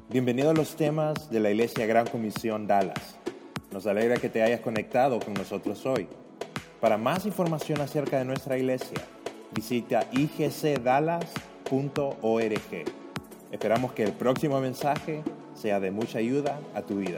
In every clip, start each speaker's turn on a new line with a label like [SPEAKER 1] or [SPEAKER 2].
[SPEAKER 1] Bienvenido a los temas de la Iglesia Gran Comisión Dallas. Nos alegra que te hayas conectado con nosotros hoy. Para más información acerca de nuestra iglesia, visita igcdallas.org. Esperamos que el próximo mensaje sea de mucha ayuda a tu vida.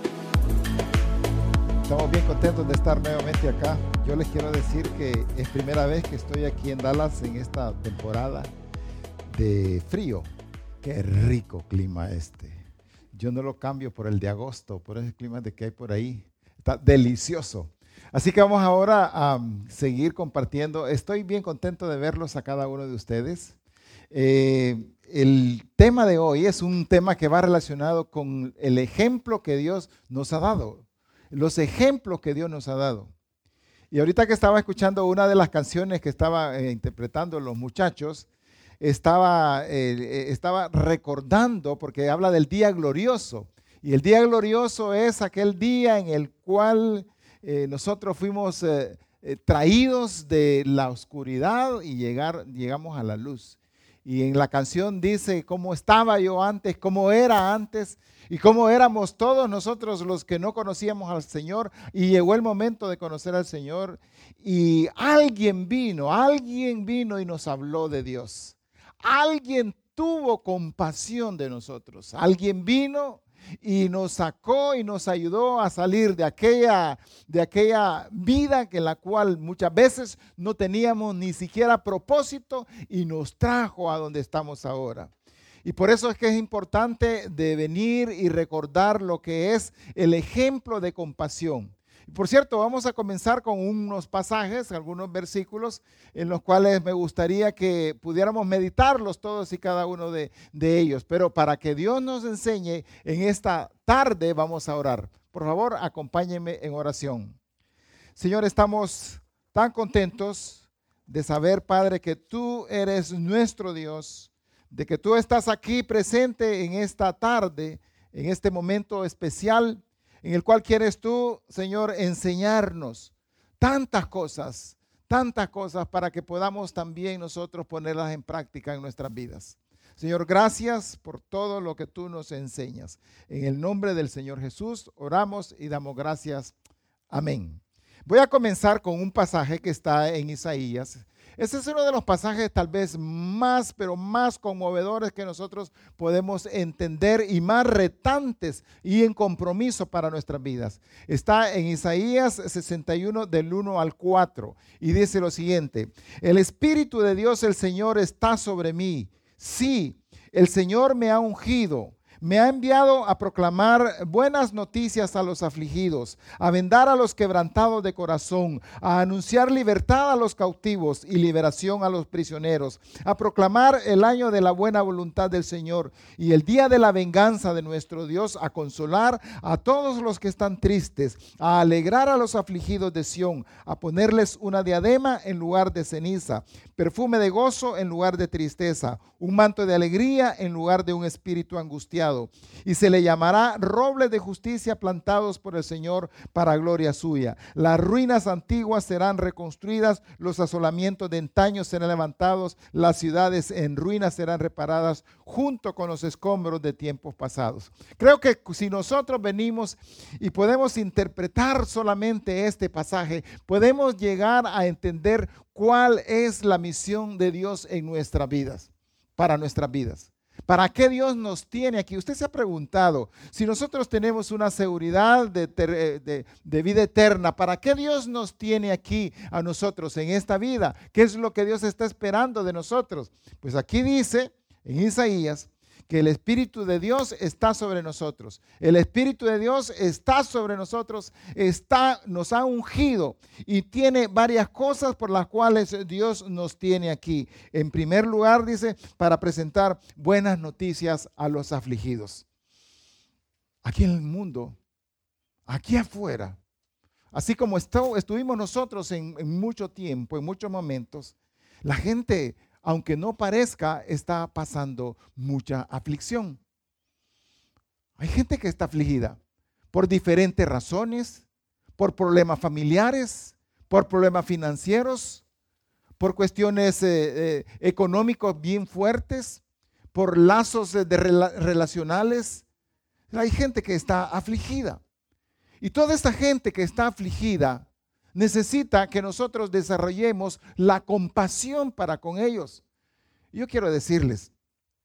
[SPEAKER 2] Estamos bien contentos de estar nuevamente acá. Yo les quiero decir que es primera vez que estoy aquí en Dallas en esta temporada de frío. Qué rico clima este. Yo no lo cambio por el de agosto, por ese clima de que hay por ahí. Está delicioso. Así que vamos ahora a seguir compartiendo. Estoy bien contento de verlos a cada uno de ustedes. El tema de hoy es un tema que va relacionado con el ejemplo que Dios nos ha dado. Los ejemplos que Dios nos ha dado. Y ahorita que estaba escuchando una de las canciones que estaba interpretando los muchachos, estaba recordando, porque habla del día glorioso. Y el día glorioso es aquel día en el cual nosotros fuimos traídos de la oscuridad y llegamos a la luz. Y en la canción dice cómo estaba yo antes, cómo era antes y cómo éramos todos nosotros los que no conocíamos al Señor. Y llegó el momento de conocer al Señor y alguien vino y nos habló de Dios. Alguien tuvo compasión de nosotros. Alguien vino y nos sacó y nos ayudó a salir de aquella vida en la cual muchas veces no teníamos ni siquiera propósito y nos trajo a donde estamos ahora. Y por eso es que es importante de venir y recordar lo que es el ejemplo de compasión. Por cierto, vamos a comenzar con unos pasajes, algunos versículos en los cuales me gustaría que pudiéramos meditarlos todos y cada uno de ellos. Pero para que Dios nos enseñe en esta tarde, vamos a orar. Por favor, acompáñenme en oración. Señor, estamos tan contentos de saber, Padre, que tú eres nuestro Dios, de que tú estás aquí presente en esta tarde, en este momento especial, en el cual quieres tú, Señor, enseñarnos tantas cosas para que podamos también nosotros ponerlas en práctica en nuestras vidas. Señor, gracias por todo lo que tú nos enseñas. En el nombre del Señor Jesús oramos y damos gracias. Amén. Voy a comenzar con un pasaje que está en Isaías. Ese es uno de los pasajes tal vez más conmovedores que nosotros podemos entender y más retantes y en compromiso para nuestras vidas. Está en Isaías 61 del 1 al 4 y dice lo siguiente: el Espíritu de Dios, el Señor, está sobre mí. Sí, el Señor me ha ungido. Me ha enviado a proclamar buenas noticias a los afligidos, a vendar a los quebrantados de corazón, a anunciar libertad a los cautivos y liberación a los prisioneros, a proclamar el año de la buena voluntad del Señor y el día de la venganza de nuestro Dios, a consolar a todos los que están tristes, a alegrar a los afligidos de Sión, a ponerles una diadema en lugar de ceniza, perfume de gozo en lugar de tristeza, un manto de alegría en lugar de un espíritu angustiado. Y se le llamará roble de justicia plantados por el Señor para gloria suya. Las ruinas antiguas serán reconstruidas, los asolamientos de antaño serán levantados, las ciudades en ruinas serán reparadas junto con los escombros de tiempos pasados. Creo que si nosotros venimos y podemos interpretar solamente este pasaje, podemos llegar a entender cuál es la misión de Dios en nuestras vidas, para nuestras vidas. ¿Para qué Dios nos tiene aquí? Usted se ha preguntado, si nosotros tenemos una seguridad de vida eterna, ¿para qué Dios nos tiene aquí a nosotros en esta vida? ¿Qué es lo que Dios está esperando de nosotros? Pues aquí dice en Isaías que el Espíritu de Dios está sobre nosotros. El Espíritu de Dios está sobre nosotros, nos ha ungido y tiene varias cosas por las cuales Dios nos tiene aquí. En primer lugar, dice, para presentar buenas noticias a los afligidos. Aquí en el mundo, aquí afuera, así como estuvimos nosotros en mucho tiempo, en muchos momentos, la gente, aunque no parezca, está pasando mucha aflicción. Hay gente que está afligida por diferentes razones, por problemas familiares, por problemas financieros, por cuestiones económicos bien fuertes, por lazos relacionales. Hay gente que está afligida. Y toda esta gente que está afligida necesita que nosotros desarrollemos la compasión para con ellos. Yo quiero decirles,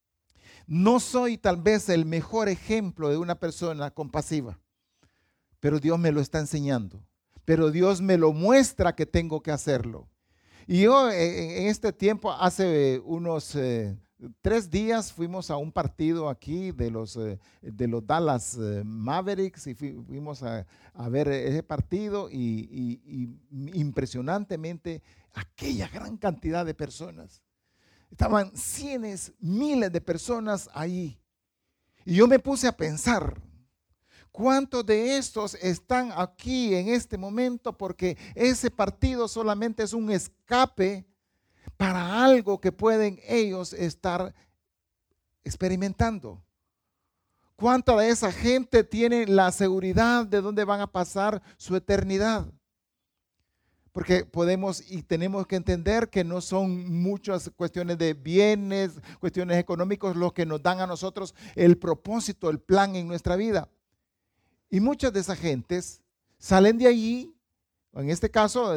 [SPEAKER 2] no soy tal vez el mejor ejemplo de una persona compasiva, pero Dios me lo está enseñando. Pero Dios me lo muestra que tengo que hacerlo. Y yo en este tiempo, hace unos 3 días, fuimos a un partido aquí de los Dallas Mavericks y fuimos a ver ese partido y impresionantemente aquella gran cantidad de personas. Estaban cientos, miles de personas ahí. Y yo me puse a pensar, ¿cuántos de estos están aquí en este momento? Porque ese partido solamente es un escape para algo que pueden ellos estar experimentando. ¿Cuánta de esa gente tiene la seguridad de dónde van a pasar su eternidad? Porque podemos y tenemos que entender que no son muchas cuestiones de bienes, cuestiones económicas, lo que nos dan a nosotros el propósito, el plan en nuestra vida. Y muchas de esas gentes salen de allí, en este caso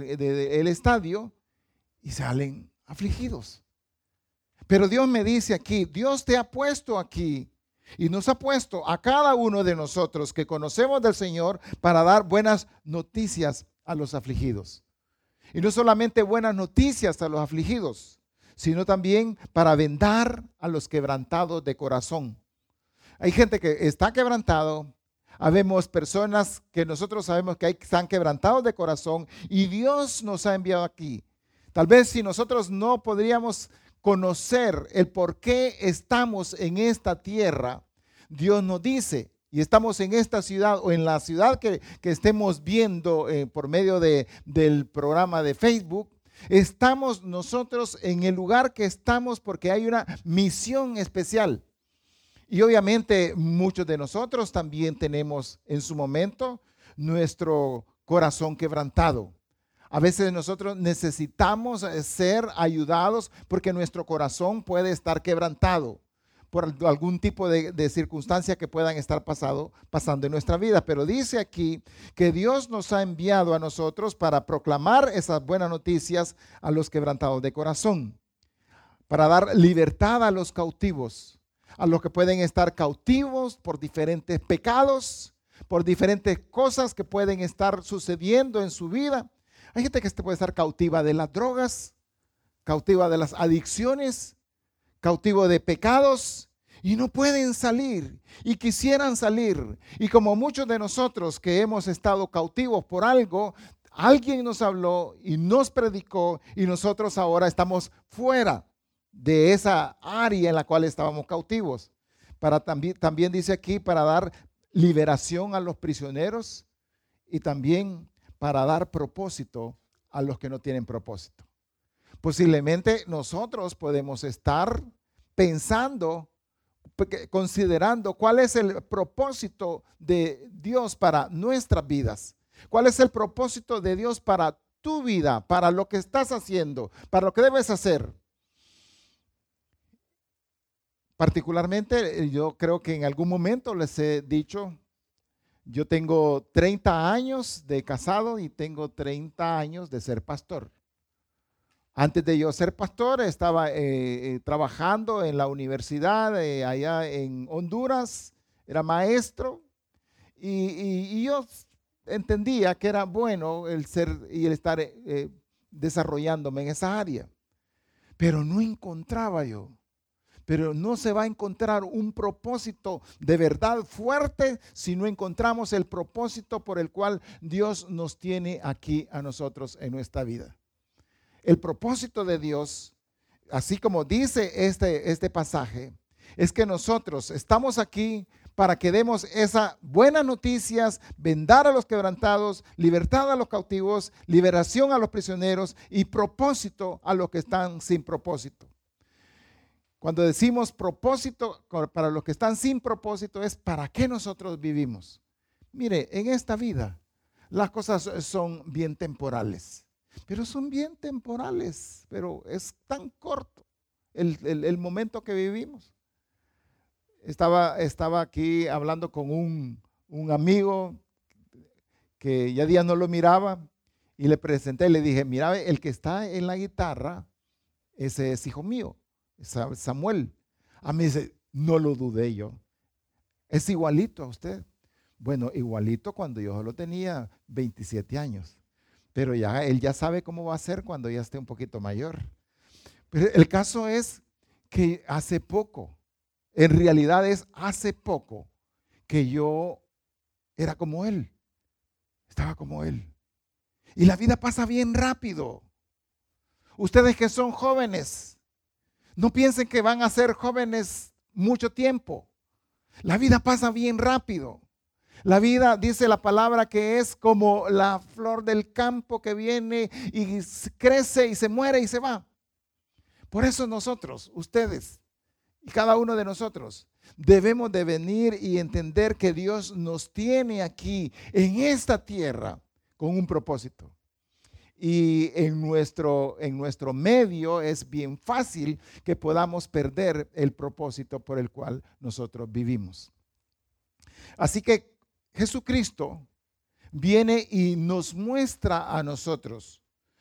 [SPEAKER 2] del estadio, y salen afligidos. Pero Dios me dice aquí, Dios te ha puesto aquí y nos ha puesto a cada uno de nosotros que conocemos del Señor para dar buenas noticias a los afligidos. Y no solamente buenas noticias a los afligidos, sino también para vendar a los quebrantados de corazón. Hay gente que está quebrantado. Habemos personas que nosotros sabemos que están quebrantados de corazón y Dios nos ha enviado aquí. Tal vez si nosotros no podríamos conocer el por qué estamos en esta tierra, Dios nos dice, y estamos en esta ciudad o en la ciudad que estemos viendo por medio del programa de Facebook, estamos nosotros en el lugar que estamos porque hay una misión especial. Y obviamente muchos de nosotros también tenemos en su momento nuestro corazón quebrantado. A veces nosotros necesitamos ser ayudados porque nuestro corazón puede estar quebrantado por algún tipo de circunstancia que puedan estar pasando en nuestra vida. Pero dice aquí que Dios nos ha enviado a nosotros para proclamar esas buenas noticias a los quebrantados de corazón, para dar libertad a los cautivos, a los que pueden estar cautivos por diferentes pecados, por diferentes cosas que pueden estar sucediendo en su vida. Hay gente que puede estar cautiva de las drogas, cautiva de las adicciones, cautivo de pecados y no pueden salir y quisieran salir. Y como muchos de nosotros que hemos estado cautivos por algo, alguien nos habló y nos predicó y nosotros ahora estamos fuera de esa área en la cual estábamos cautivos. También dice aquí para dar liberación a los prisioneros y también para dar propósito a los que no tienen propósito. Posiblemente nosotros podemos estar pensando, considerando cuál es el propósito de Dios para nuestras vidas. ¿Cuál es el propósito de Dios para tu vida, para lo que estás haciendo, para lo que debes hacer? Particularmente, yo creo que en algún momento les he dicho, yo tengo 30 años de casado y tengo 30 años de ser pastor. Antes de yo ser pastor, estaba trabajando en la universidad allá en Honduras, era maestro y yo entendía que era bueno el ser y el estar desarrollándome en esa área, pero no encontraba yo. Pero no se va a encontrar un propósito de verdad fuerte si no encontramos el propósito por el cual Dios nos tiene aquí a nosotros en nuestra vida. El propósito de Dios, así como dice este pasaje, es que nosotros estamos aquí para que demos esas buenas noticias, vendar a los quebrantados, libertad a los cautivos, liberación a los prisioneros y propósito a los que están sin propósito. Cuando decimos propósito para los que están sin propósito es para qué nosotros vivimos. Mire, en esta vida las cosas son bien temporales, pero son bien temporales, pero es tan corto el momento que vivimos. Estaba aquí hablando con un amigo que ya días no lo miraba y le presenté y le dije, mira, el que está en la guitarra, ese es hijo mío, Samuel. A mí dice, no lo dudé yo, es igualito a usted. Bueno, igualito cuando yo solo tenía 27 años, pero ya él ya sabe cómo va a ser cuando ya esté un poquito mayor. Pero el caso es que hace poco, en realidad es hace poco que yo era como él, estaba como él. Y la vida pasa bien rápido. Ustedes que son jóvenes, no piensen que van a ser jóvenes mucho tiempo. La vida pasa bien rápido. La vida, dice la palabra, que es como la flor del campo que viene y crece y se muere y se va. Por eso nosotros, ustedes y cada uno de nosotros, debemos de venir y entender que Dios nos tiene aquí en esta tierra con un propósito. Y en nuestro medio es bien fácil que podamos perder el propósito por el cual nosotros vivimos. Así que Jesucristo viene y nos muestra a nosotros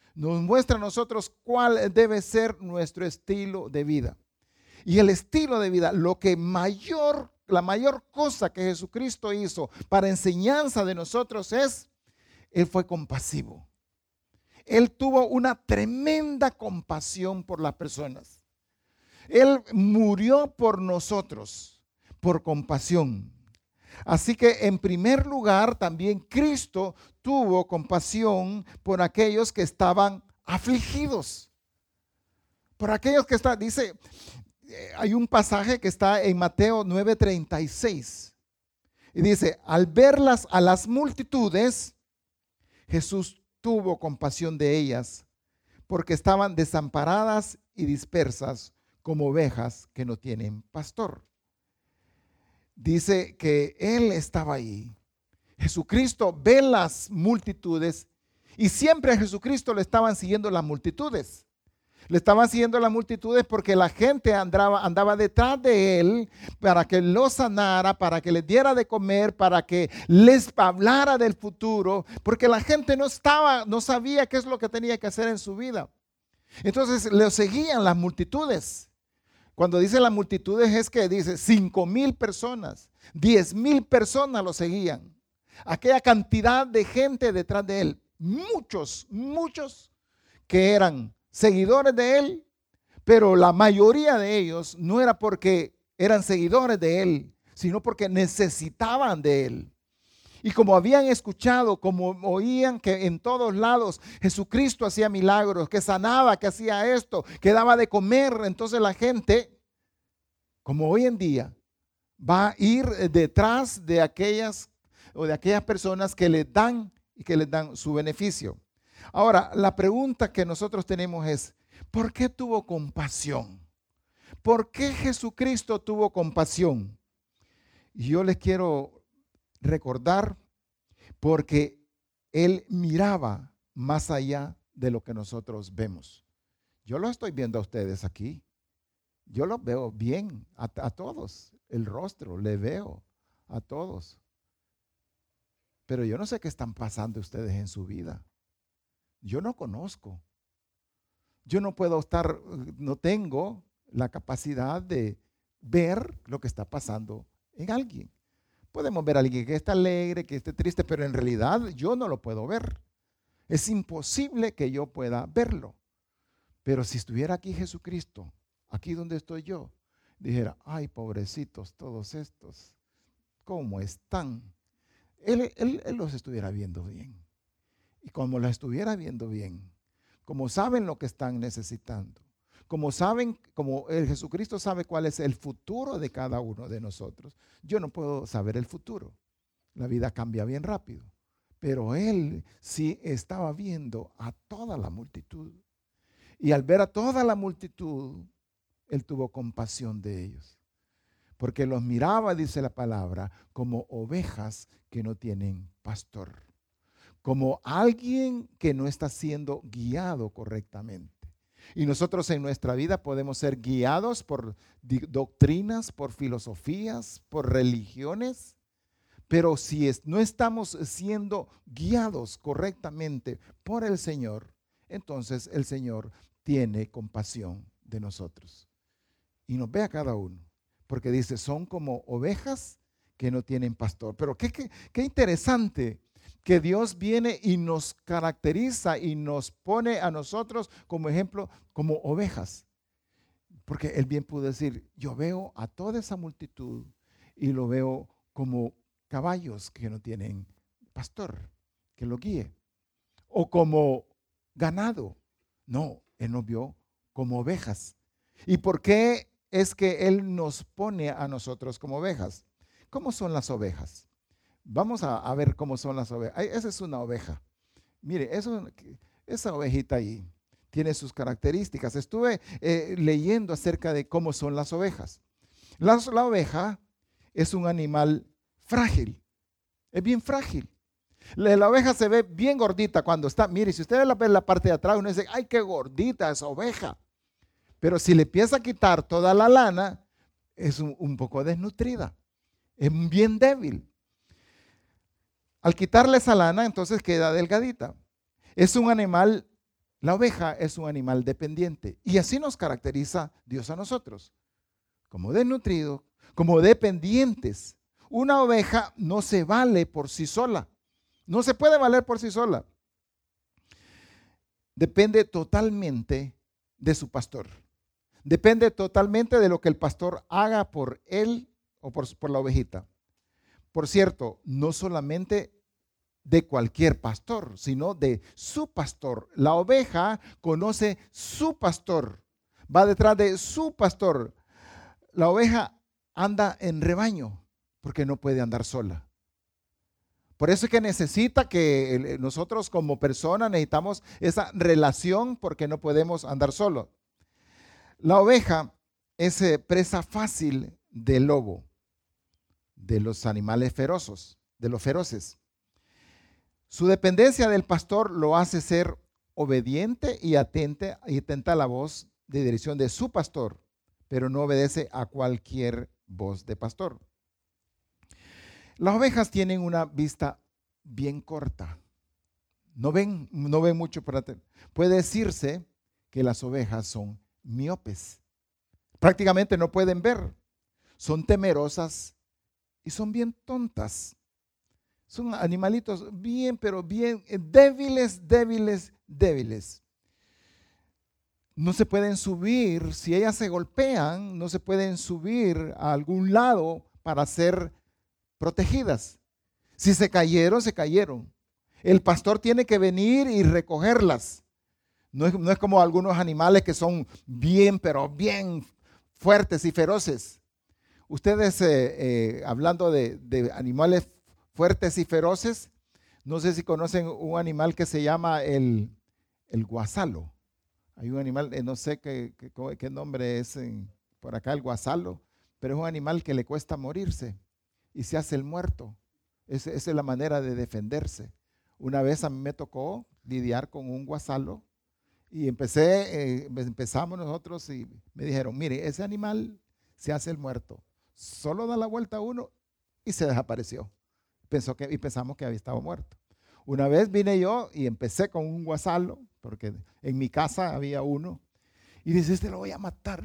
[SPEAKER 2] cuál debe ser nuestro estilo de vida. Y el estilo de vida, la mayor cosa que Jesucristo hizo para enseñanza de nosotros es, Él fue compasivo. Él tuvo una tremenda compasión por las personas. Él murió por nosotros, por compasión. Así que en primer lugar también Cristo tuvo compasión por aquellos que estaban afligidos. Por aquellos que están, dice, hay un pasaje que está en Mateo 9:36 y dice, al verlas a las multitudes, Jesús tuvo compasión de ellas, porque estaban desamparadas y dispersas como ovejas que no tienen pastor. Dice que Él estaba ahí. Jesucristo ve las multitudes y siempre a Jesucristo le estaban siguiendo las multitudes. Le estaban siguiendo las multitudes porque la gente andaba detrás de Él para que lo sanara, para que les diera de comer, para que les hablara del futuro, porque la gente no sabía qué es lo que tenía que hacer en su vida. Entonces le seguían las multitudes. Cuando dice las multitudes es que dice 5,000 personas, 10,000 personas lo seguían. Aquella cantidad de gente detrás de Él, muchos que eran seguidores de Él, pero la mayoría de ellos no era porque eran seguidores de Él, sino porque necesitaban de Él. Y como habían escuchado, como oían que en todos lados Jesucristo hacía milagros, que sanaba, que hacía esto, que daba de comer, entonces la gente, como hoy en día, va a ir detrás de aquellas personas que les dan y que les dan su beneficio. Ahora, la pregunta que nosotros tenemos es, ¿por qué tuvo compasión? ¿Por qué Jesucristo tuvo compasión? Y yo les quiero recordar, porque Él miraba más allá de lo que nosotros vemos. Yo lo estoy viendo a ustedes aquí. Yo los veo bien, a todos. El rostro, le veo a todos. Pero yo no sé qué están pasando ustedes en su vida. Yo no conozco. Yo no tengo la capacidad de ver lo que está pasando en alguien. Podemos ver a alguien que está alegre, que esté triste, pero en realidad yo no lo puedo ver. Es imposible que yo pueda verlo. Pero si estuviera aquí Jesucristo, aquí donde estoy yo, dijera, ay, pobrecitos todos estos, ¿cómo están? Él los estuviera viendo bien. Y como la estuviera viendo bien, como saben lo que están necesitando, como el Jesucristo sabe cuál es el futuro de cada uno de nosotros. Yo no puedo saber el futuro. La vida cambia bien rápido. Pero Él sí estaba viendo a toda la multitud. Y al ver a toda la multitud, Él tuvo compasión de ellos. Porque los miraba, dice la palabra, como ovejas que no tienen pastor. Como alguien que no está siendo guiado correctamente. Y nosotros en nuestra vida podemos ser guiados por doctrinas, por filosofías, por religiones, pero si no estamos siendo guiados correctamente por el Señor, entonces el Señor tiene compasión de nosotros. Y nos ve a cada uno, porque dice, son como ovejas que no tienen pastor. Pero qué interesante que Dios viene y nos caracteriza y nos pone a nosotros como ejemplo, como ovejas. Porque Él bien pudo decir, yo veo a toda esa multitud y lo veo como caballos que no tienen pastor, que lo guíe. O como ganado. No, Él nos vio como ovejas. ¿Y por qué es que Él nos pone a nosotros como ovejas? ¿Cómo son las ovejas? Vamos a ver cómo son las ovejas. Esa es una oveja. Mire, esa ovejita ahí tiene sus características. Estuve leyendo acerca de cómo son las ovejas. La oveja es un animal frágil. Es bien frágil. La oveja se ve bien gordita cuando está. Mire, si usted la ve en la parte de atrás, uno dice, ¡ay, qué gordita esa oveja! Pero si le empieza a quitar toda la lana, es un poco desnutrida. Es bien débil. Al quitarle esa lana, entonces queda delgadita. Es un animal, la oveja es un animal dependiente. Y así nos caracteriza Dios a nosotros. Como desnutridos, como dependientes. Una oveja no se vale por sí sola. No se puede valer por sí sola. Depende totalmente de su pastor. Depende totalmente de lo que el pastor haga por él o por la ovejita. Por cierto, no solamente de cualquier pastor, sino de su pastor. La oveja conoce su pastor, va detrás de su pastor. La oveja anda en rebaño porque no puede andar sola. Por eso es que necesita que nosotros como personas necesitamos esa relación porque no podemos andar solos. La oveja es presa fácil del lobo, de los animales feroces, de los feroces. Su dependencia del pastor lo hace ser obediente y atenta a la voz de dirección de su pastor, pero no obedece a cualquier voz de pastor. Las ovejas tienen una vista bien corta. No ven mucho para atrás. Puede decirse que las ovejas son miopes. Prácticamente no pueden ver. Son temerosas y son bien tontas. Son animalitos bien, pero bien débiles. No se pueden subir, si ellas se golpean, no se pueden subir a algún lado para ser protegidas. Si se cayeron, se cayeron. El pastor tiene que venir y recogerlas. No es como algunos animales que son bien, pero bien fuertes y feroces. Ustedes, hablando de animales fuertes y feroces, no sé si conocen un animal que se llama el guasalo. Hay un animal, no sé qué nombre es por acá, el guasalo, pero es un animal que le cuesta morirse y se hace el muerto. Esa es la manera de defenderse. Una vez a mí me tocó lidiar con un guasalo y empezamos nosotros y me dijeron, mire, ese animal se hace el muerto. Solo da la vuelta a uno y se desapareció. Pensamos que había estado muerto. Una vez vine yo y empecé con un guasalo, porque en mi casa había uno, y dice, lo voy a matar.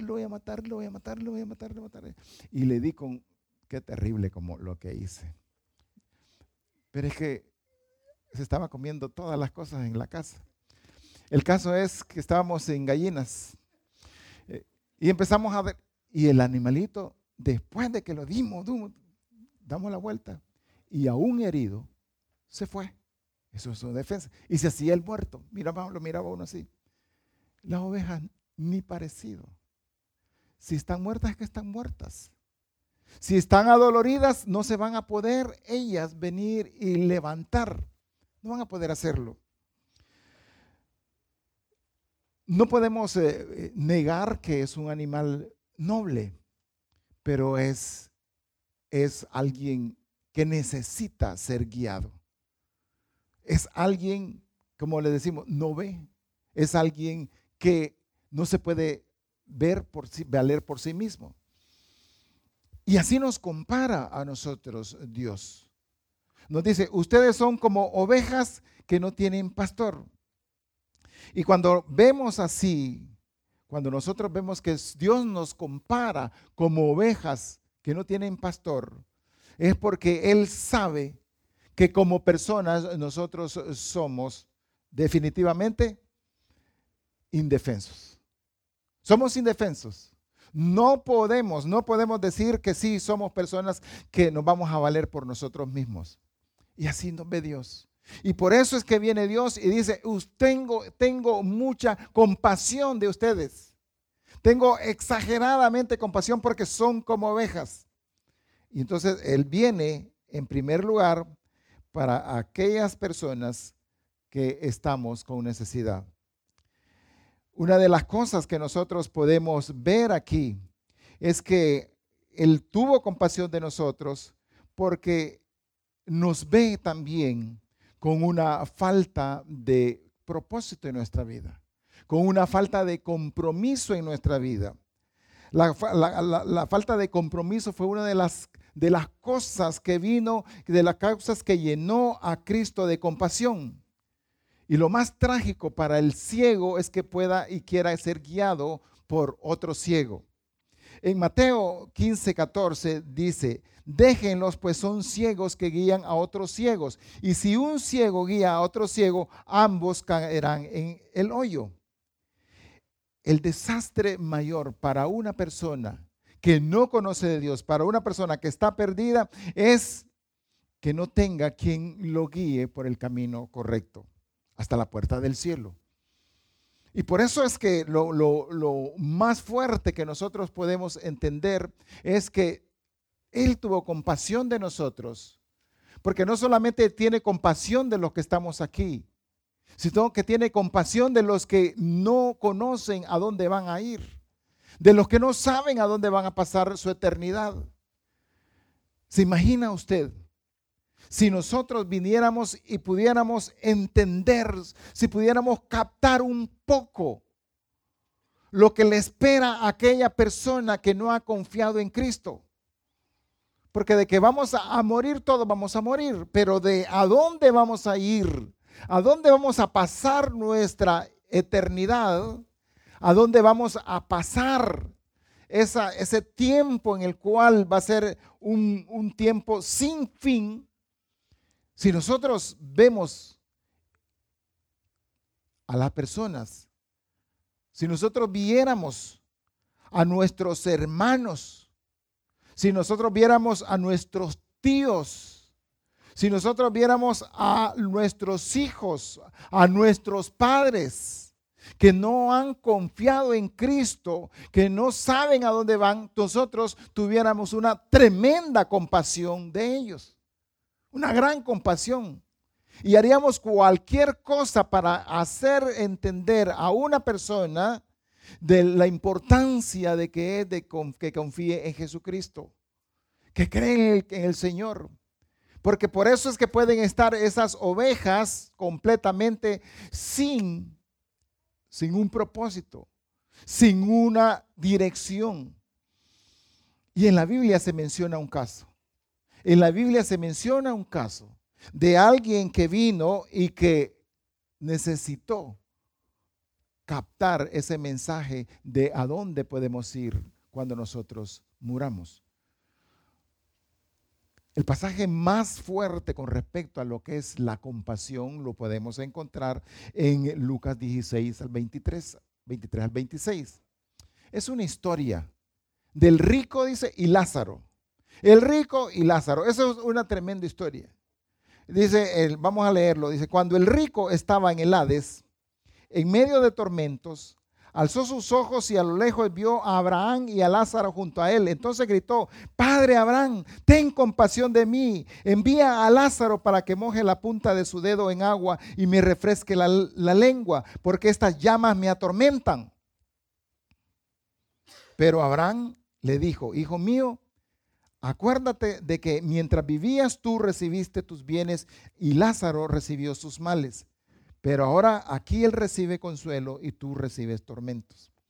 [SPEAKER 2] Y le di con, qué terrible como lo que hice. Pero es que se estaba comiendo todas las cosas en la casa. El caso es que estábamos en gallinas y empezamos a ver, y el animalito, después de que lo damos la vuelta, y aún herido, se fue. Eso es su defensa. Y se hacía el muerto. Lo miraba uno así. Las ovejas, ni parecido. Si están muertas, es que están muertas. Si están adoloridas, no se van a poder ellas venir y levantar. No van a poder hacerlo. No podemos negar que es un animal noble, pero es alguien que necesita ser guiado. Es alguien, como le decimos, no ve. Es alguien que no se puede valer por sí mismo. Y así nos compara a nosotros Dios. Nos dice, ustedes son como ovejas que no tienen pastor. Y cuando vemos así, cuando nosotros vemos que Dios nos compara como ovejas que no tienen pastor, es porque Él sabe que como personas nosotros somos definitivamente indefensos. Somos indefensos. No podemos decir que sí somos personas que nos vamos a valer por nosotros mismos. Y así nos ve Dios. Y por eso es que viene Dios y dice, tengo mucha compasión de ustedes. Tengo exageradamente compasión porque son como ovejas. Y entonces Él viene en primer lugar para aquellas personas que estamos con necesidad. Una de las cosas que nosotros podemos ver aquí es que Él tuvo compasión de nosotros porque nos ve también con una falta de propósito en nuestra vida, con una falta de compromiso en nuestra vida. La falta de compromiso fue una de las cosas que vino, de las causas que llenó a Cristo de compasión. Y lo más trágico para el ciego es que pueda y quiera ser guiado por otro ciego. En Mateo 15:14 dice, déjenlos pues son ciegos que guían a otros ciegos. Y si un ciego guía a otro ciego, ambos caerán en el hoyo. El desastre mayor para una persona que no conoce de Dios, para una persona que está perdida, es que no tenga quien lo guíe por el camino correcto hasta la puerta del cielo. Y por eso es que lo más fuerte que nosotros podemos entender es que Él tuvo compasión de nosotros, porque no solamente tiene compasión de los que estamos aquí, sino que tiene compasión de los que no conocen a dónde van a ir, de los que no saben a dónde van a pasar su eternidad. ¿Se imagina usted? Si nosotros viniéramos y pudiéramos entender, si pudiéramos captar un poco lo que le espera a aquella persona que no ha confiado en Cristo. Porque de que vamos a morir, todos vamos a morir, pero de a dónde vamos a ir, a dónde vamos a pasar nuestra eternidad, a dónde vamos a pasar ese tiempo en el cual va a ser un tiempo sin fin. Si nosotros vemos a las personas, si nosotros viéramos a nuestros hermanos, si nosotros viéramos a nuestros tíos, si nosotros viéramos a nuestros hijos, a nuestros padres que no han confiado en Cristo, que no saben a dónde van, nosotros tuviéramos una tremenda compasión de ellos. Una gran compasión. Y haríamos cualquier cosa para hacer entender a una persona de la importancia de que confíe en Jesucristo, que cree en el Señor. Porque por eso es que pueden estar esas ovejas completamente sin un propósito, sin una dirección. Y en la Biblia se menciona un caso. En la Biblia se menciona un caso de alguien que vino y que necesitó captar ese mensaje de a dónde podemos ir cuando nosotros muramos. El pasaje más fuerte con respecto a lo que es la compasión lo podemos encontrar en Lucas 16 al 23 al 26. Es una historia del rico, dice, y Lázaro. El rico y Lázaro, eso es una tremenda historia. Dice, vamos a leerlo, dice, cuando el rico estaba en el Hades, en medio de tormentos, alzó sus ojos y a lo lejos vio a Abraham y a Lázaro junto a él. Entonces gritó, Padre Abraham, ten compasión de mí, envía a Lázaro para que moje la punta de su dedo en agua y me refresque la lengua, porque estas llamas me atormentan. Pero Abraham le dijo, hijo mío, acuérdate de que mientras vivías tú recibiste tus bienes y Lázaro recibió sus males. Pero ahora aquí él recibe consuelo y tú recibes tormentos.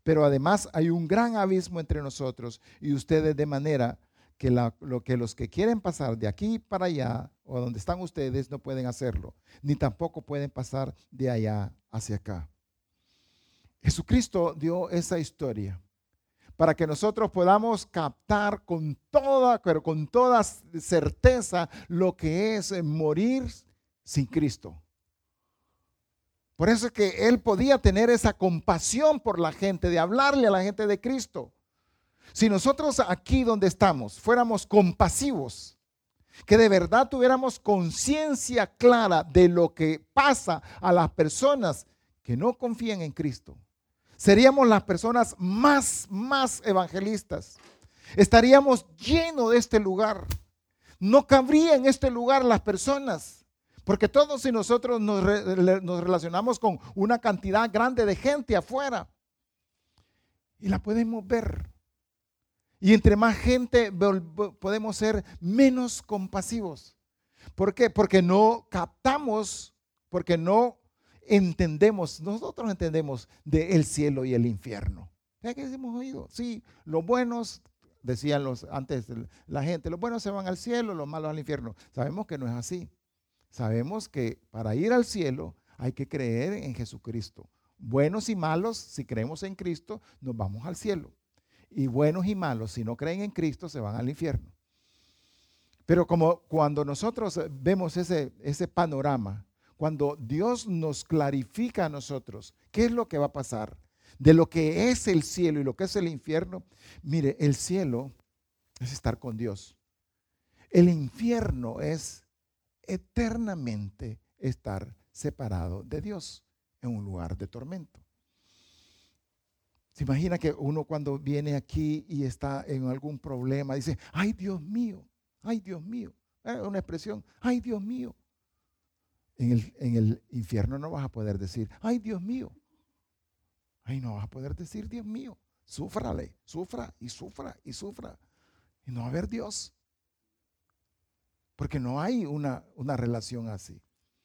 [SPEAKER 2] pero además hay un gran abismo entre nosotros y ustedes, de manera que los que quieren pasar de aquí para allá o donde están ustedes no pueden hacerlo, ni tampoco pueden pasar de allá hacia acá. Jesucristo dio esa historia para que nosotros podamos captar pero con toda certeza lo que es morir sin Cristo. Por eso es que Él podía tener esa compasión por la gente, de hablarle a la gente de Cristo. Si nosotros aquí donde estamos fuéramos compasivos, que de verdad tuviéramos conciencia clara de lo que pasa a las personas que no confían en Cristo, seríamos las personas más evangelistas. Estaríamos llenos de este lugar. No cabría en este lugar las personas. Porque todos y nosotros nos relacionamos con una cantidad grande de gente afuera. Y la podemos ver. Y entre más gente podemos ser menos compasivos. ¿Por qué? Porque no captamos, porque no entendemos, nosotros entendemos del cielo y el infierno. ¿Qué hemos oído? Sí, los buenos, decían antes la gente, los buenos se van al cielo, los malos al infierno. Sabemos que no es así. Sabemos que para ir al cielo hay que creer en Jesucristo. Buenos y malos, si creemos en Cristo, nos vamos al cielo. Y buenos y malos, si no creen en Cristo, se van al infierno. Pero como cuando nosotros vemos ese panorama, cuando Dios nos clarifica a nosotros qué es lo que va a pasar, de lo que es el cielo y lo que es el infierno, mire, el cielo es estar con Dios. El infierno es eternamente estar separado de Dios en un lugar de tormento. Se imagina que uno cuando viene aquí y está en algún problema dice, ay Dios mío, ay Dios mío. Una expresión, ay Dios mío. En el infierno no vas a poder decir, ay Dios mío. Ay, no vas a poder decir, Dios mío. Súfrale, sufra y sufra y sufra. Y no va a haber Dios. Porque no hay una relación así.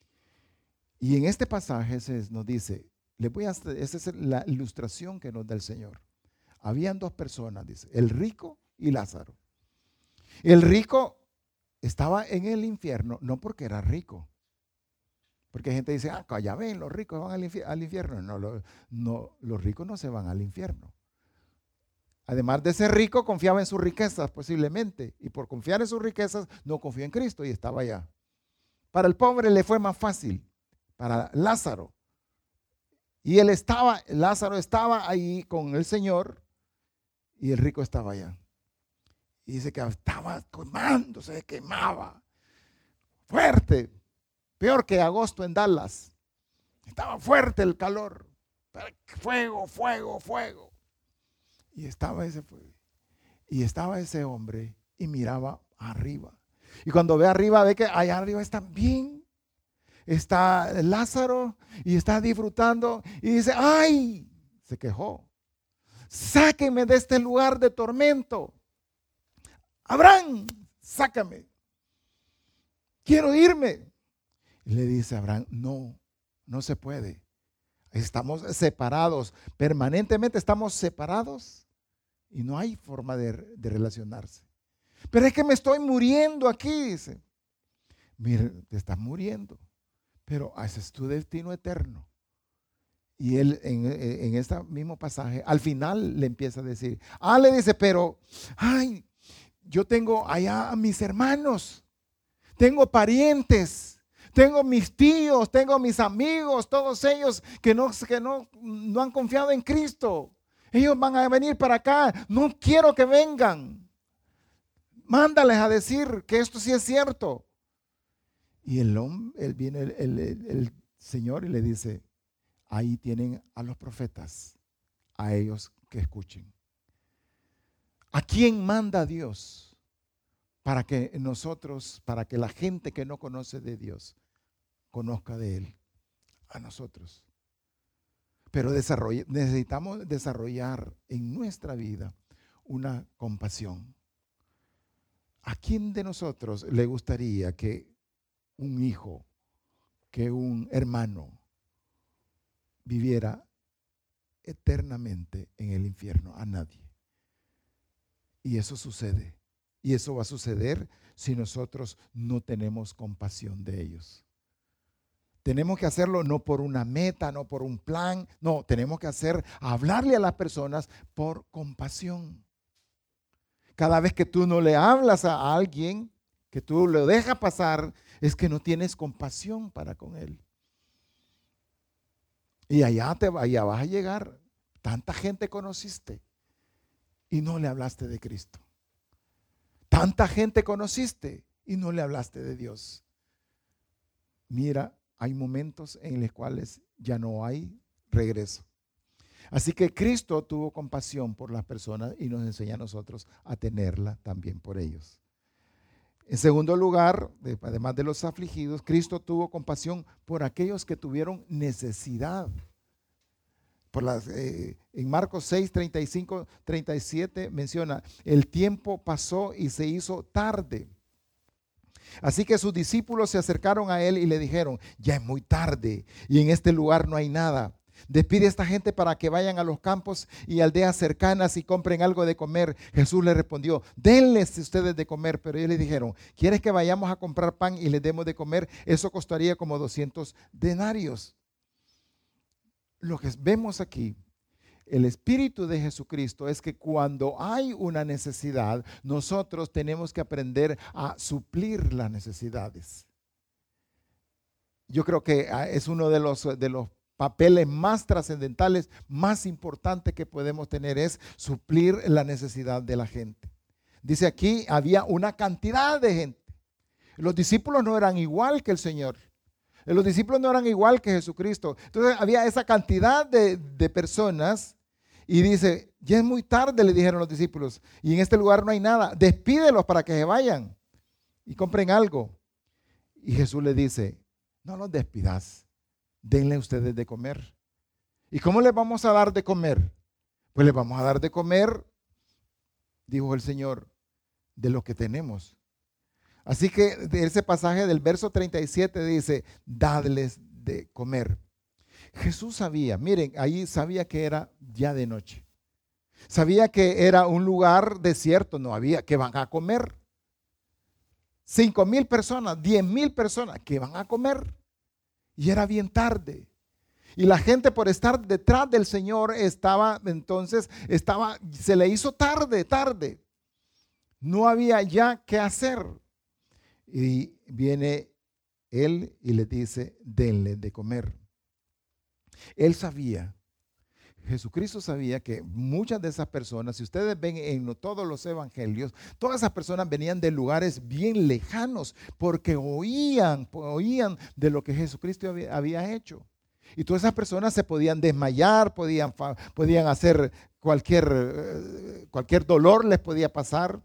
[SPEAKER 2] Y en este pasaje nos dice, esa es la ilustración que nos da el Señor. Habían dos personas, dice, el rico y Lázaro. El rico estaba en el infierno, no porque era rico. Porque hay gente que dice, ya ven, los ricos van al infierno. No, los ricos no se van al infierno. Además de ser rico, confiaba en sus riquezas posiblemente. Y por confiar en sus riquezas, no confió en Cristo y estaba allá. Para el pobre le fue más fácil. Para Lázaro. Y Lázaro estaba ahí con el Señor y el rico estaba allá. Y dice que estaba quemando, se quemaba. Fuerte. Peor que agosto en Dallas. Estaba fuerte el calor. Fuego, fuego, fuego. Y estaba ese hombre y miraba arriba. Y cuando ve arriba, ve que allá arriba están bien. Está Lázaro y está disfrutando. Y dice, ¡ay! Se quejó. Sáquenme de este lugar de tormento. Abraham, sácame. Quiero irme. Y le dice a Abraham, no se puede. Estamos separados. Permanentemente estamos separados. Y no hay forma de relacionarse. Pero es que me estoy muriendo aquí, dice. Mire, te estás muriendo. Pero ese es tu destino eterno. Y él en este mismo pasaje, al final le empieza a decir, le dice, pero, yo tengo allá a mis hermanos, tengo parientes, tengo mis tíos, tengo mis amigos, todos ellos que no han confiado en Cristo. Ellos van a venir para acá, no quiero que vengan. Mándales a decir que esto sí es cierto. Y viene el Señor y le dice, ahí tienen a los profetas, a ellos que escuchen. ¿A quién manda Dios para que la gente que no conoce de Dios, conozca de Él? A nosotros. Pero necesitamos desarrollar en nuestra vida una compasión. ¿A quién de nosotros le gustaría que un hijo, que un hermano viviera eternamente en el infierno, a nadie. Y eso sucede. Y eso va a suceder si nosotros no tenemos compasión de ellos. Tenemos que hacerlo no por una meta, no por un plan. No, tenemos que hablarle a las personas por compasión. Cada vez que tú no le hablas a alguien, que tú lo dejas pasar, es que no tienes compasión para con él. Y allá vas a llegar. Tanta gente conociste y no le hablaste de Cristo. Tanta gente conociste y no le hablaste de Dios. Mira, hay momentos en los cuales ya no hay regreso. Así que Cristo tuvo compasión por las personas y nos enseña a nosotros a tenerla también por ellos. En segundo lugar, además de los afligidos, Cristo tuvo compasión por aquellos que tuvieron necesidad. En Marcos 6, 35, 37 menciona, el tiempo pasó y se hizo tarde. Así que sus discípulos se acercaron a él y le dijeron, ya es muy tarde y en este lugar no hay nada. Despide a esta gente para que vayan a los campos y aldeas cercanas y compren algo de comer. Jesús les respondió, denles ustedes de comer. Pero ellos le dijeron, ¿quieres que vayamos a comprar pan y les demos de comer? Eso costaría como 200 denarios. Lo que vemos aquí, el Espíritu de Jesucristo es que cuando hay una necesidad, nosotros tenemos que aprender a suplir las necesidades. Yo creo que es uno de los papeles más trascendentales, más importantes que podemos tener, es suplir la necesidad de la gente. Dice aquí, había una cantidad de gente. Los discípulos no eran igual que el Señor. Los discípulos no eran igual que Jesucristo. Entonces había esa cantidad de personas y dice, ya es muy tarde, le dijeron los discípulos, y en este lugar no hay nada. Despídelos para que se vayan y compren algo. Y Jesús le dice, no los despidas, denle ustedes de comer. ¿Y cómo les vamos a dar de comer? Pues les vamos a dar de comer, dijo el Señor, de lo que tenemos. Así que de ese pasaje del verso 37 dice, dadles de comer. Jesús sabía, miren, ahí sabía que era ya de noche. Sabía que era un lugar desierto, no había, que van a comer. 5,000 personas, 10,000 personas, que van a comer. Y era bien tarde. Y la gente por estar detrás del Señor se le hizo tarde. No había ya qué hacer. Y viene él y le dice, denle de comer. Él sabía, Jesucristo sabía que muchas de esas personas, si ustedes ven en todos los evangelios, todas esas personas venían de lugares bien lejanos porque oían de lo que Jesucristo había hecho. Y todas esas personas se podían desmayar, podían hacer cualquier dolor les podía pasar.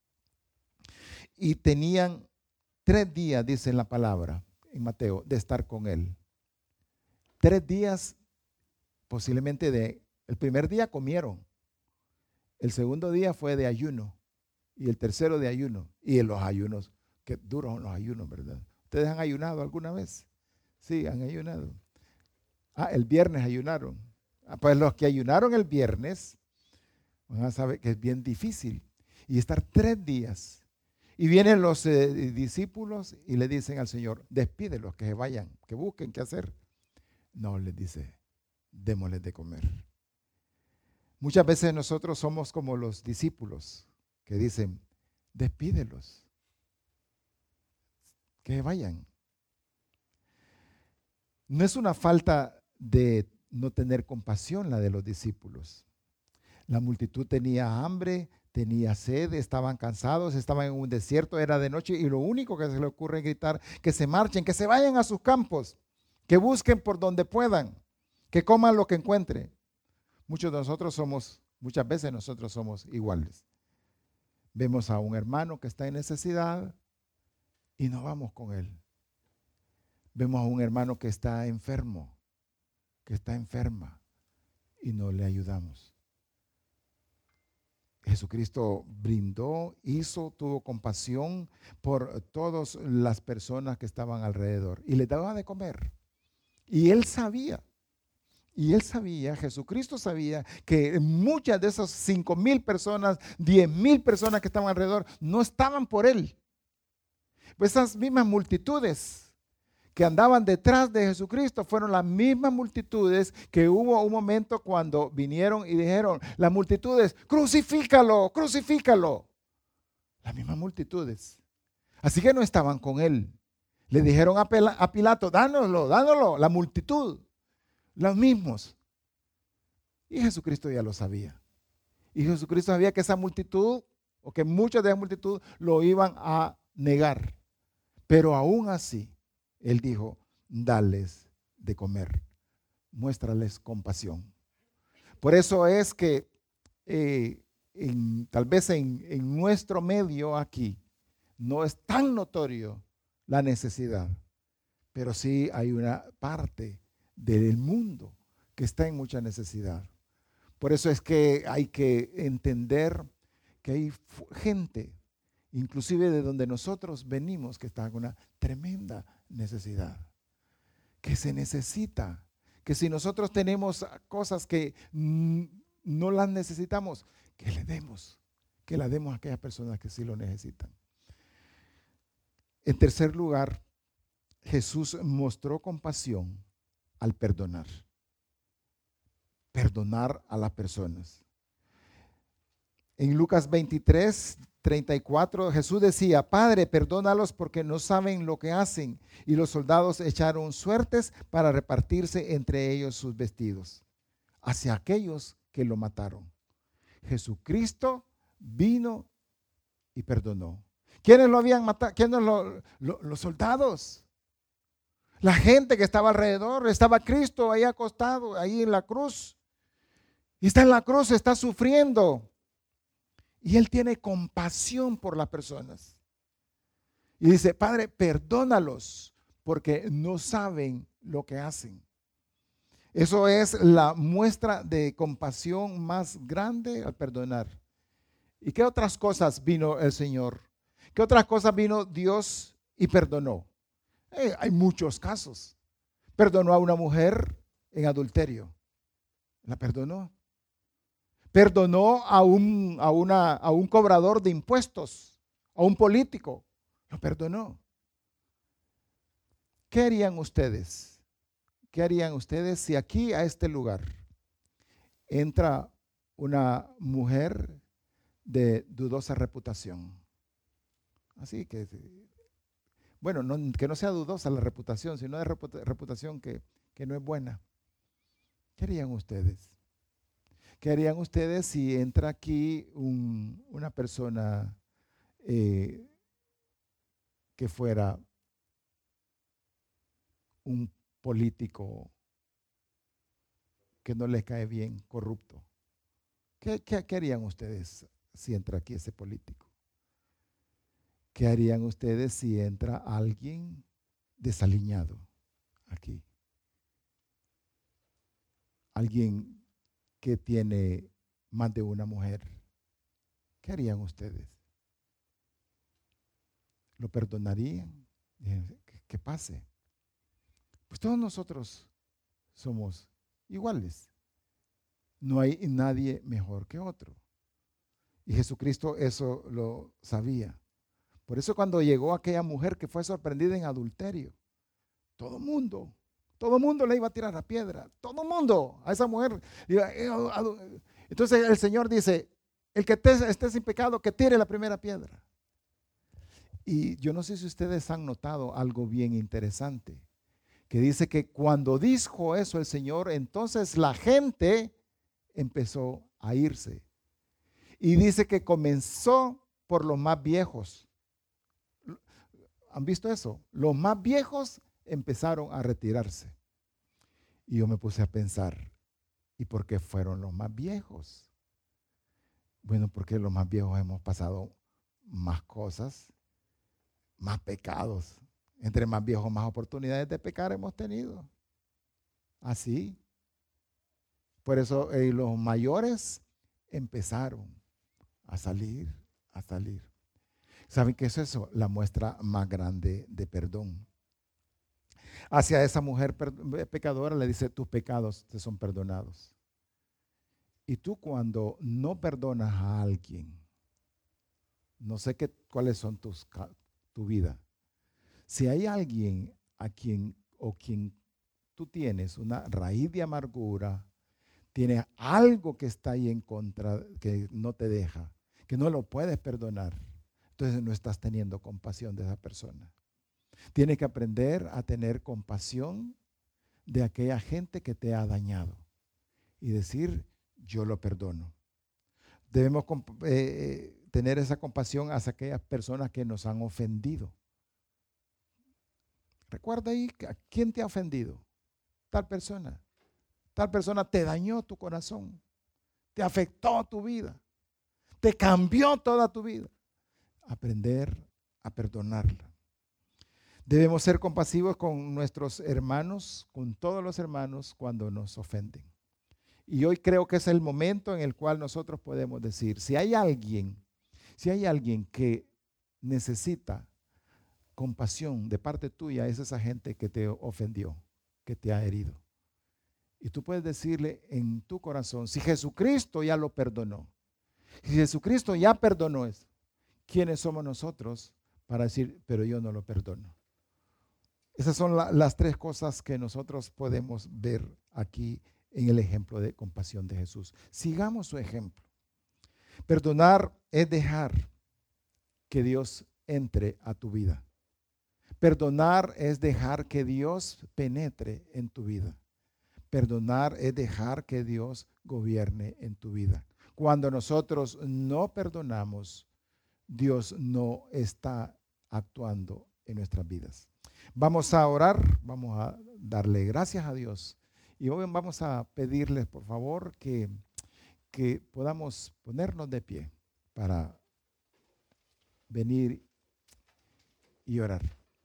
[SPEAKER 2] Y tenían 3 días, dice en la palabra, en Mateo, de estar con él. 3 días, posiblemente el primer día comieron, el segundo día fue de ayuno y el tercero de ayuno. Y en los ayunos, qué duros son los ayunos, ¿verdad? ¿Ustedes han ayunado alguna vez? Sí, han ayunado. El viernes ayunaron. Pues los que ayunaron el viernes van a saber que es bien difícil. Y estar 3 días. Y vienen los discípulos y le dicen al Señor, despídelos, que se vayan, que busquen qué hacer. No, les dice, démosles de comer. Muchas veces nosotros somos como los discípulos que dicen, despídelos, que vayan. No es una falta de no tener compasión la de los discípulos. La multitud tenía hambre, tenía sed, estaban cansados, estaban en un desierto, era de noche y lo único que se le ocurre es gritar que se marchen, que se vayan a sus campos, que busquen por donde puedan, que coman lo que encuentren. Muchas veces nosotros somos iguales. Vemos a un hermano que está en necesidad y no vamos con él. Vemos a un hermano que está enfermo, que está enferma y no le ayudamos. Jesucristo brindó, tuvo compasión por todas las personas que estaban alrededor y les daba de comer. Y él sabía Y él sabía, Jesucristo sabía, que muchas de esas 5,000 personas, 10,000 personas que estaban alrededor, no estaban por él. Pues esas mismas multitudes que andaban detrás de Jesucristo fueron las mismas multitudes que hubo un momento cuando vinieron y dijeron, las multitudes, crucifícalo, crucifícalo. Las mismas multitudes. Así que no estaban con él. Le dijeron a Pilato, dánoslo, la multitud. Los mismos. Y Jesucristo ya lo sabía. Y Jesucristo sabía que esa multitud, o que muchos de esa multitud lo iban a negar. Pero aún así, él dijo, dales de comer. Muéstrales compasión. Por eso es que tal vez en nuestro medio aquí no es tan notorio la necesidad, pero sí hay una parte del mundo que está en mucha necesidad. Por eso es que hay que entender que hay gente, inclusive de donde nosotros venimos, que está en una tremenda necesidad, que se necesita, que si nosotros tenemos cosas que no las necesitamos, que la demos a aquellas personas que sí lo necesitan. En tercer lugar, Jesús mostró compasión al perdonar a las personas. En Lucas 23:34, Jesús decía, Padre, perdónalos porque no saben lo que hacen. Y los soldados echaron suertes para repartirse entre ellos sus vestidos, hacia aquellos que lo mataron. Jesucristo vino y perdonó. ¿Quiénes lo habían matado? ¿Quiénes los soldados? La gente que estaba alrededor. Estaba Cristo ahí acostado, ahí en la cruz. Y está en la cruz, está sufriendo. Y Él tiene compasión por las personas. Y dice, Padre, perdónalos porque no saben lo que hacen. Eso es la muestra de compasión más grande al perdonar. ¿Y qué otras cosas vino el Señor? ¿Qué otras cosas vino Dios y perdonó? Hay muchos casos. Perdonó a una mujer en adulterio. La perdonó. Perdonó a un cobrador de impuestos, a un político. Lo perdonó. ¿Qué harían ustedes? ¿Qué harían ustedes si aquí a este lugar entra una mujer de dudosa reputación? Así que, bueno, que no sea dudosa la reputación, sino de reputación que no es buena. ¿Qué harían ustedes? ¿Qué harían ustedes si entra aquí una persona que fuera un político que no les cae bien, corrupto? ¿Qué harían ustedes si entra aquí ese político? ¿Qué harían ustedes si entra alguien desaliñado aquí? Alguien que tiene más de una mujer. ¿Qué harían ustedes? ¿Lo perdonarían? Que pase. Pues todos nosotros somos iguales. No hay nadie mejor que otro. Y Jesucristo eso lo sabía. Por eso cuando llegó aquella mujer que fue sorprendida en adulterio, todo el mundo le iba a tirar la piedra. Todo el mundo a esa mujer. Entonces el Señor dice, el que esté sin pecado, que tire la primera piedra. Y yo no sé si ustedes han notado algo bien interesante, que dice que cuando dijo eso el Señor, entonces la gente empezó a irse. Y dice que comenzó por los más viejos. ¿Han visto eso? Los más viejos empezaron a retirarse. Y yo me puse a pensar, ¿y por qué fueron los más viejos? Bueno, porque los más viejos hemos pasado más cosas, más pecados. Entre más viejos, más oportunidades de pecar hemos tenido. Así. Por eso los mayores empezaron a salir. ¿Saben qué es eso? La muestra más grande de perdón. hacia esa mujer pecadora, le dice, tus pecados te son perdonados. Y tú cuando no perdonas a alguien, no sé cuáles son tu vida. Si hay alguien a quien tú tienes una raíz de amargura, tienes algo que está ahí en contra, que no te deja, que no lo puedes perdonar, entonces no estás teniendo compasión de esa persona. Tienes que aprender a tener compasión de aquella gente que te ha dañado y decir, yo lo perdono. Debemos tener esa compasión hacia aquellas personas que nos han ofendido. Recuerda ahí, ¿a quién te ha ofendido? Tal persona. Tal persona te dañó tu corazón, te afectó tu vida, te cambió toda tu vida. Aprender a perdonarla. Debemos ser compasivos con nuestros hermanos, con todos los hermanos cuando nos ofenden. Y hoy creo que es el momento en el cual nosotros podemos decir, si hay alguien que necesita compasión de parte tuya, es esa gente que te ofendió, que te ha herido. Y tú puedes decirle en tu corazón, si Jesucristo ya lo perdonó, si Jesucristo ya perdonó eso, ¿quiénes somos nosotros para decir, pero yo no lo perdono? Esas son las tres cosas que nosotros podemos ver aquí en el ejemplo de compasión de Jesús. Sigamos su ejemplo. Perdonar es dejar que Dios entre a tu vida. Perdonar es dejar que Dios penetre en tu vida. Perdonar es dejar que Dios gobierne en tu vida. Cuando nosotros no perdonamos, Dios no está actuando en nuestras vidas. Vamos a orar, vamos a darle gracias a Dios y hoy vamos a pedirles, por favor, que podamos ponernos de pie para venir y orar.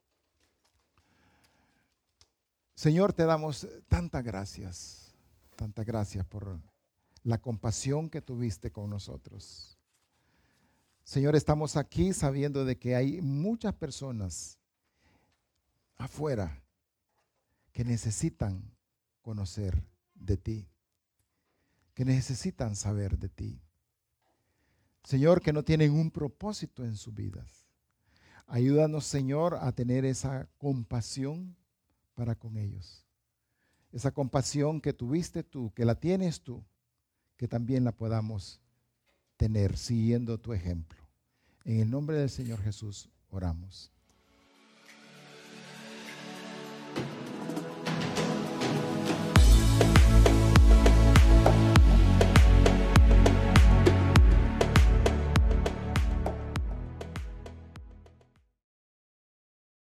[SPEAKER 2] Señor, te damos tantas gracias por la compasión que tuviste con nosotros. Señor, estamos aquí sabiendo de que hay muchas personas afuera que necesitan conocer de ti, que necesitan saber de ti. Señor, que no tienen un propósito en sus vidas. Ayúdanos, Señor, a tener esa compasión para con ellos. Esa compasión que tuviste tú, que la tienes tú, que también la podamos tener siguiendo tu ejemplo. En el nombre del Señor Jesús oramos.